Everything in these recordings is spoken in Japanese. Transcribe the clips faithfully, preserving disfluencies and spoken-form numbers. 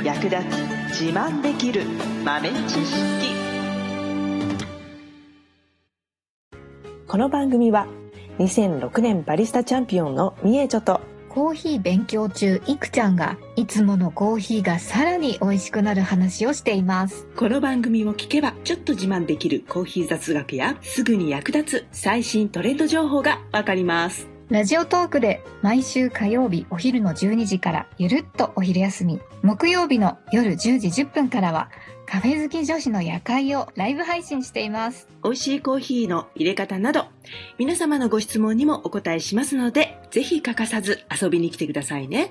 役立つ自慢できる豆知識。この番組はにせんろくねんバリスタチャンピオンのみえちょとコーヒー勉強中いくちゃんがいつものコーヒーがさらに美味しくなる話をしています。 この番組を聞けばちょっと自慢できるコーヒー雑学やすぐに役立つ最新トレンド情報がわかります。 ラジオトークで毎週火曜日お昼のじゅうにじからゆるっとお昼休み、木曜日の夜じゅうじじゅっぷんからはカフェ好き女子の夜会をライブ配信しています。 美味しいコーヒーの入れ方など皆様のご質問にもお答えしますので、ぜひ欠かさず遊びに来てくださいね。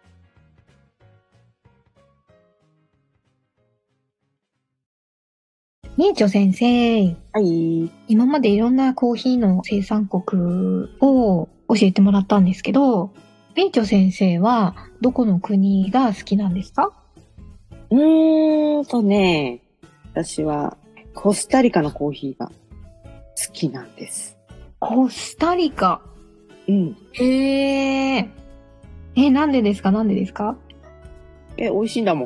みえちょ先生、 はい。 今までいろんなコーヒーの生産国を教えてもらったんですけど、みえちょ先生はどこの国が好きなんですか？ うーんとね、私はコスタリカのコーヒーが好きなんです。 コスタリカ。 うん。 へえ。え、なんでですかなんでですか？ え、美味しいんだもん。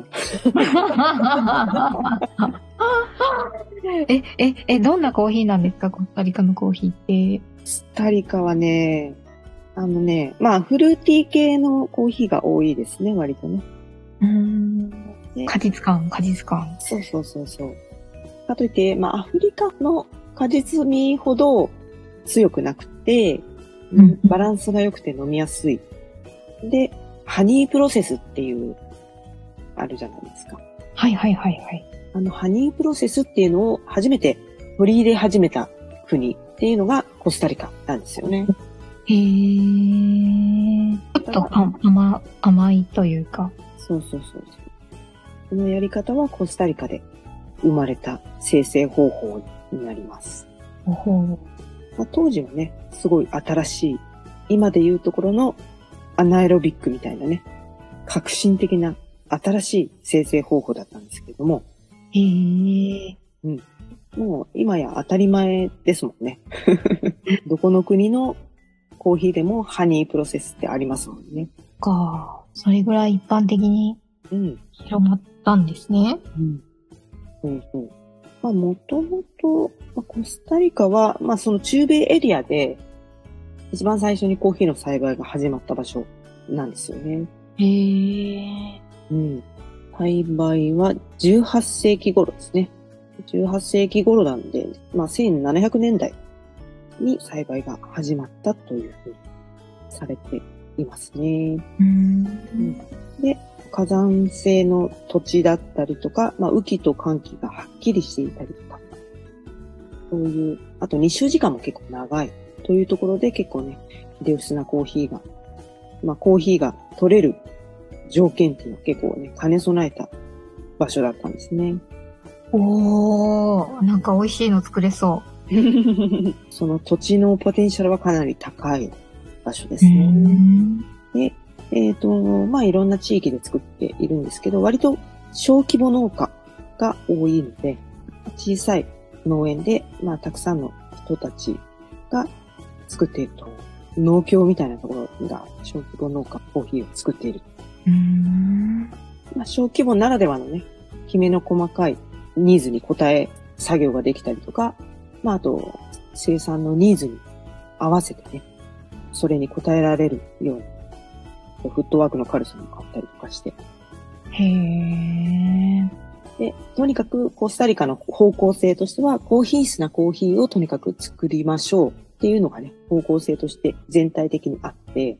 え、え、え、どんなコーヒーなんですかコスタリカのコーヒーって。 コスタリカはね、あのね、まあフルーティー系のコーヒーが多いですね、割とね。 うーん。 で果実感、果実感。 そうそうそうそう。かといって、まあアフリカの果実味ほど強くなくて、 うん、 バランスが良くて飲みやすい。で、ハニープロセスっていう、あるじゃないですか。 はいはいはいはい。 あの、ハニープロセスっていうのを初めて取り入れ始めた国っていうのがコスタリカなんですよね。 へー。ちょっと甘、甘いというか。 そうそうそうそう。このやり方はコスタリカで生まれた精製方法になります。 おほう。 まあ、当時はね、すごい新しい、今でいうところのアナエロビックみたいなね、革新的な新しい精製方法だったんですけれども、 へー。 うん。もう今や当たり前ですもんね。どこの国のコーヒーでもハニープロセスってありますもんね。 か。それぐらい一般的にうん。 広まったんですね。 うん。そうそう。まあもともと、まあ、コスタリカは、まあその中米エリアで一番最初にコーヒーの栽培が始まった場所なんですよね。 へー。 うん。栽培はじゅうはっせいき頃ですね。じゅうはっせいき頃なんで、まあせんななひゃくねんだいに栽培が始まったというふうにされていますね。 うーん。 で、火山性の土地だったりとか、まあ雨季と乾季がはっきりしていたりとか、そういう、あと日照時間も結構長いというところで結構ね、秀薄なコーヒーが、まあコーヒーが取れる条件っていうのは結構ね、兼ね備えた場所だったんですね。 おー、なんか美味しいの作れそその土地のポテンシャルはかなり高い場所でう。 すね。 うーん。 で、えっと、まあいろんな地域で作っているんですけど、割と小規模農家が多いので、小さい農園で、まあたくさんの人たちが作っていると、農協みたいなところが小規模農家コーヒーを作っている。 うーん。 まあ小規模ならではのね、きめの細かいニーズに応え作業ができたりとか、まああと生産のニーズに合わせてね、それに応えられるように、フットワークの軽さもあったりとかして。 へー。 で、とにかくコスタリカの方向性としては、高品質なコーヒーをとにかく作りましょうっていうのがね、方向性として全体的にあって、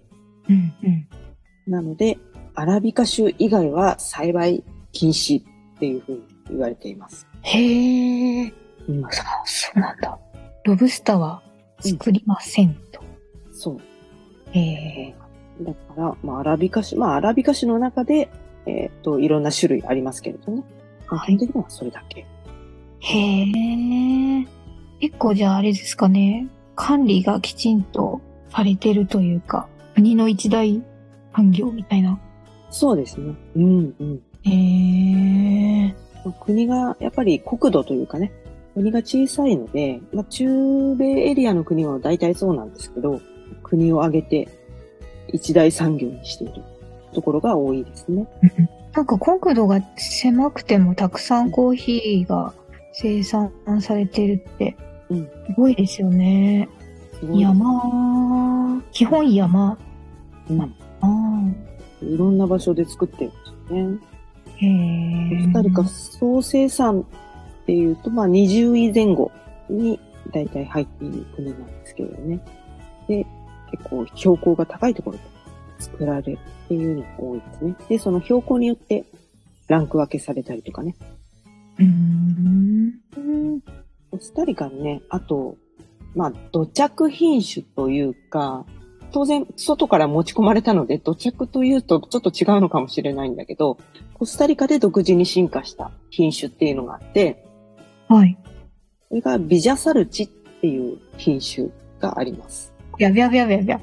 うんうん。 なので、アラビカ種以外は栽培禁止っていうふうに言われています。 へー。 うん、 そう、そうなんだ。ロブスターは作りませんと。 そう。 へー。 だから、まあ、アラビカ種、まあ、アラビカ種の中で、えっと、いろんな種類ありますけれどね。まあ、基本的にはそれだけ。 へー。結構じゃああれですかね。管理がきちんとされてるというか、国の一大産業みたいな。 そうですね。うんうん。 へー。 国が、やっぱり国土というかね、国が小さいので、まあ、中米エリアの国は大体そうなんですけど、国を挙げて一大産業にしているところが多いですね。 なんか国土が狭くてもたくさんコーヒーが生産されてるって、 うん。 すごいですよね。 すごい。 山、基本山。 うん。 ああ。 いろんな場所で作ってるんですよね。 へえ。 コスタリカ総生産っていうと、まあにじゅういぜん後にだいたい入っている国なんですけれどね。で、結構標高が高いところで作られるっていうのが多いですね。で、その標高によってランク分けされたりとかね。 うーん。 コスタリカのね、あと、まあ、土着品種というか、当然、外から持ち込まれたので、土着というとちょっと違うのかもしれないんだけど、コスタリカで独自に進化した品種っていうのがあって、 はい。 それがビジャサルチっていう品種があります。 びゃびゃびゃびゃびゃ。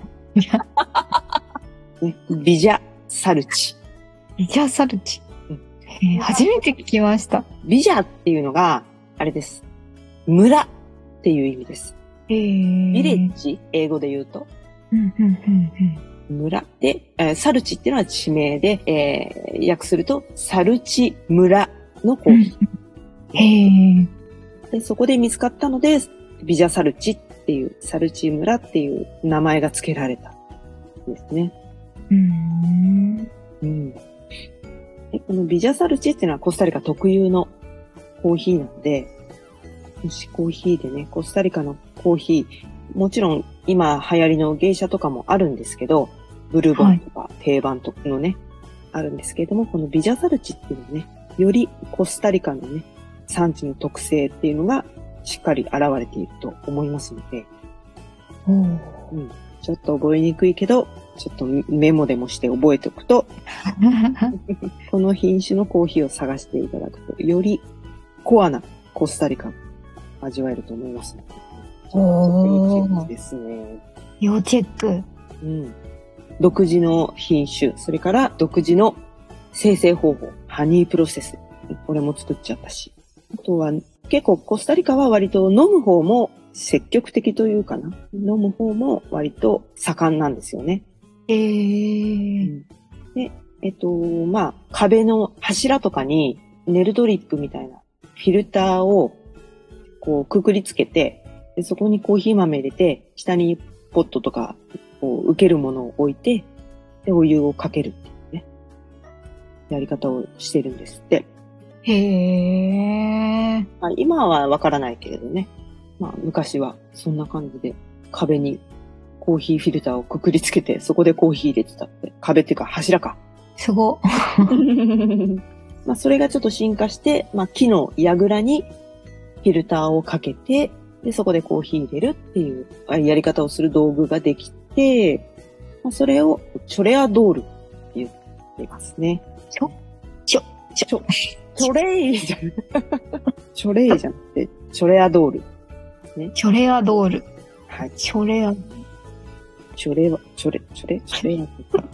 ね、ビジャサルチ。 ビジャサルチ。 うんえー初めて聞きました。 ビジャっていうのが、あれです。村っていう意味です。 えー、 ビレッジ、英語で言うと。 うんうんうん村で、えーサルチっていうのは地名で、えー訳すると、サルチ村のコーヒうん。へー。で、そこで見つかったので、ビジャサルチっていう、サルチ村っていう名前が付けられたんですね。 ー。うーん。 うん。で、このビジャサルチっていうのはコスタリカ特有のコーヒーなので、もしコーヒーでね、コスタリカのコーヒー、もちろん今流行りの芸者とかもあるんですけど、ブルボンとか定番とかのね、あるんですけれども、このビジャサルチっていうのはね、よりコスタリカのね、産地の特性っていうのがしっかり現れていると思いますので、 おー。 うん、ちょっと覚えにくいけど、ちょっとメモでもして覚えておくと、この品種のコーヒーを探していただくと、よりコアなコスタリカを味わえると思いますので。 おー要チェックですね。 要チェック。 うん。独自の品種、それから独自の生成方法、ハニープロセス。これも作っちゃったし。あとは、結構コスタリカは割と飲む方も積極的というかな。飲む方も割と盛んなんですよね。 えー。 で、えっと、まあ、壁の柱とかにネルドリップみたいなフィルターをこうくくりつけて、でそこにコーヒー豆入れて、下にポットとかこう受けるものを置いて、で、お湯をかけるっていうね、やり方をしてるんですって。 へー。 まあ、今はわからないけれどね。まあ、昔はそんな感じで壁にコーヒーフィルターをくくりつけて、そこでコーヒー入れてたって。壁っていうか柱か。 すご。 まあ、それがちょっと進化して、まあ、木の櫓にフィルターをかけて、で、そこでコーヒー入れるっていうやり方をする道具ができて、まあ、それをチョレアドールって言っていますね。 ちょ、ちょ、 ちょ、チョレイじゃん。チョレイじゃなくて、チョレアドール。ね。 チョレアドール。 はい。 チョレア、 チョレは、チョレ、チョレ、チョレ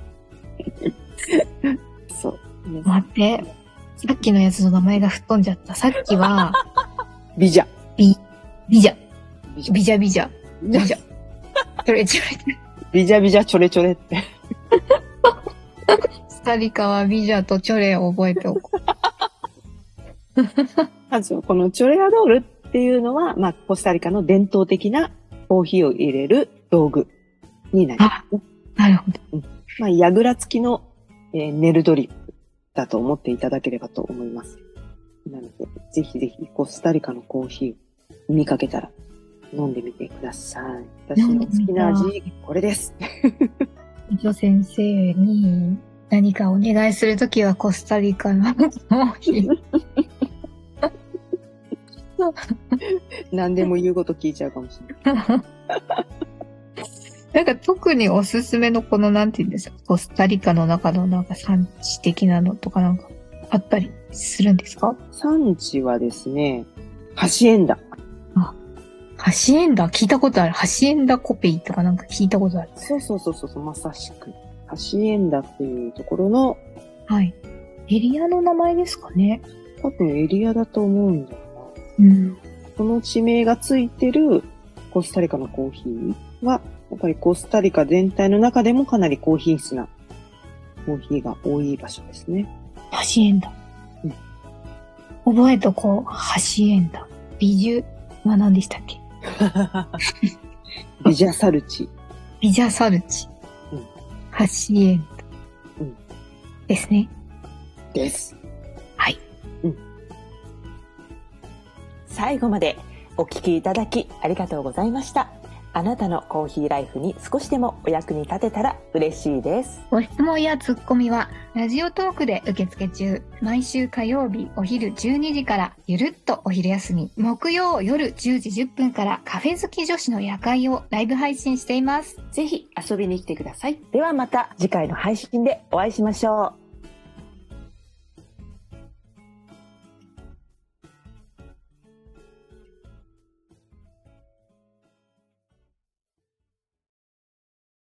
ア。そう、ね。 待って。さっきのやつの名前が吹っ飛んじゃった。さっきは、 ビジャ。 ビ、ビジャ。 ビジャ。 ビジャビジャ。ビジャ。チョレチョレ。 ビジャビジャチョレチョレって。 コスタリカはビジャとチョレを覚えておこう。 まずこのチョレアドールっていうのは、まあ、コスタリカの伝統的なコーヒーを入れる道具になりますね。 なるほど。 うん、まあ、櫓付きの、えーネルドリップだと思っていただければと思います。なので、ぜひぜひコスタリカのコーヒーを見かけたら飲んでみてください。私の好きな味、これです。 伊藤先生に何かお願いするときはコスタリカのコーヒー。 何でも言うこと聞いちゃうかもしれない。 なんか特におすすめのこのなんて言うんですか、コスタリカの中のなんか産地的なのとかなんかあったりするんですか？ 産地はですね、ハシエンダ。 ハシエンダ聞いたことある。ハシエンダコペイとかなんか聞いたことある。 そうそうそうそう、まさしく。ハシエンダっていうところの、 はい。エリアの名前ですかね。 多分エリアだと思うんだようん。 な。この地名がついてるコスタリカのコーヒーは、やっぱりコスタリカ全体の中でもかなり高品質なコーヒーが多い場所ですね。 ハシエンダ。 うん、 覚えとこう、ハシエンダ。ビジュは何でしたっけ？ ビジャサルチ。 ビジャサルチ。 うん、 ハシエンダ。 うん、 ですね。 です。 はい。うん。 最後までお聞きいただきありがとうございました。あなたのコーヒーライフに少しでもお役に立てたら嬉しいです。 ご質問やツッコミはラジオトークで受付中。毎週火曜日お昼じゅうにじからゆるっとお昼休み、木曜夜じゅうじじゅっぷんからカフェ好き女子の夜会をライブ配信しています。 ぜひ遊びに来てください。ではまた次回の配信でお会いしましょう。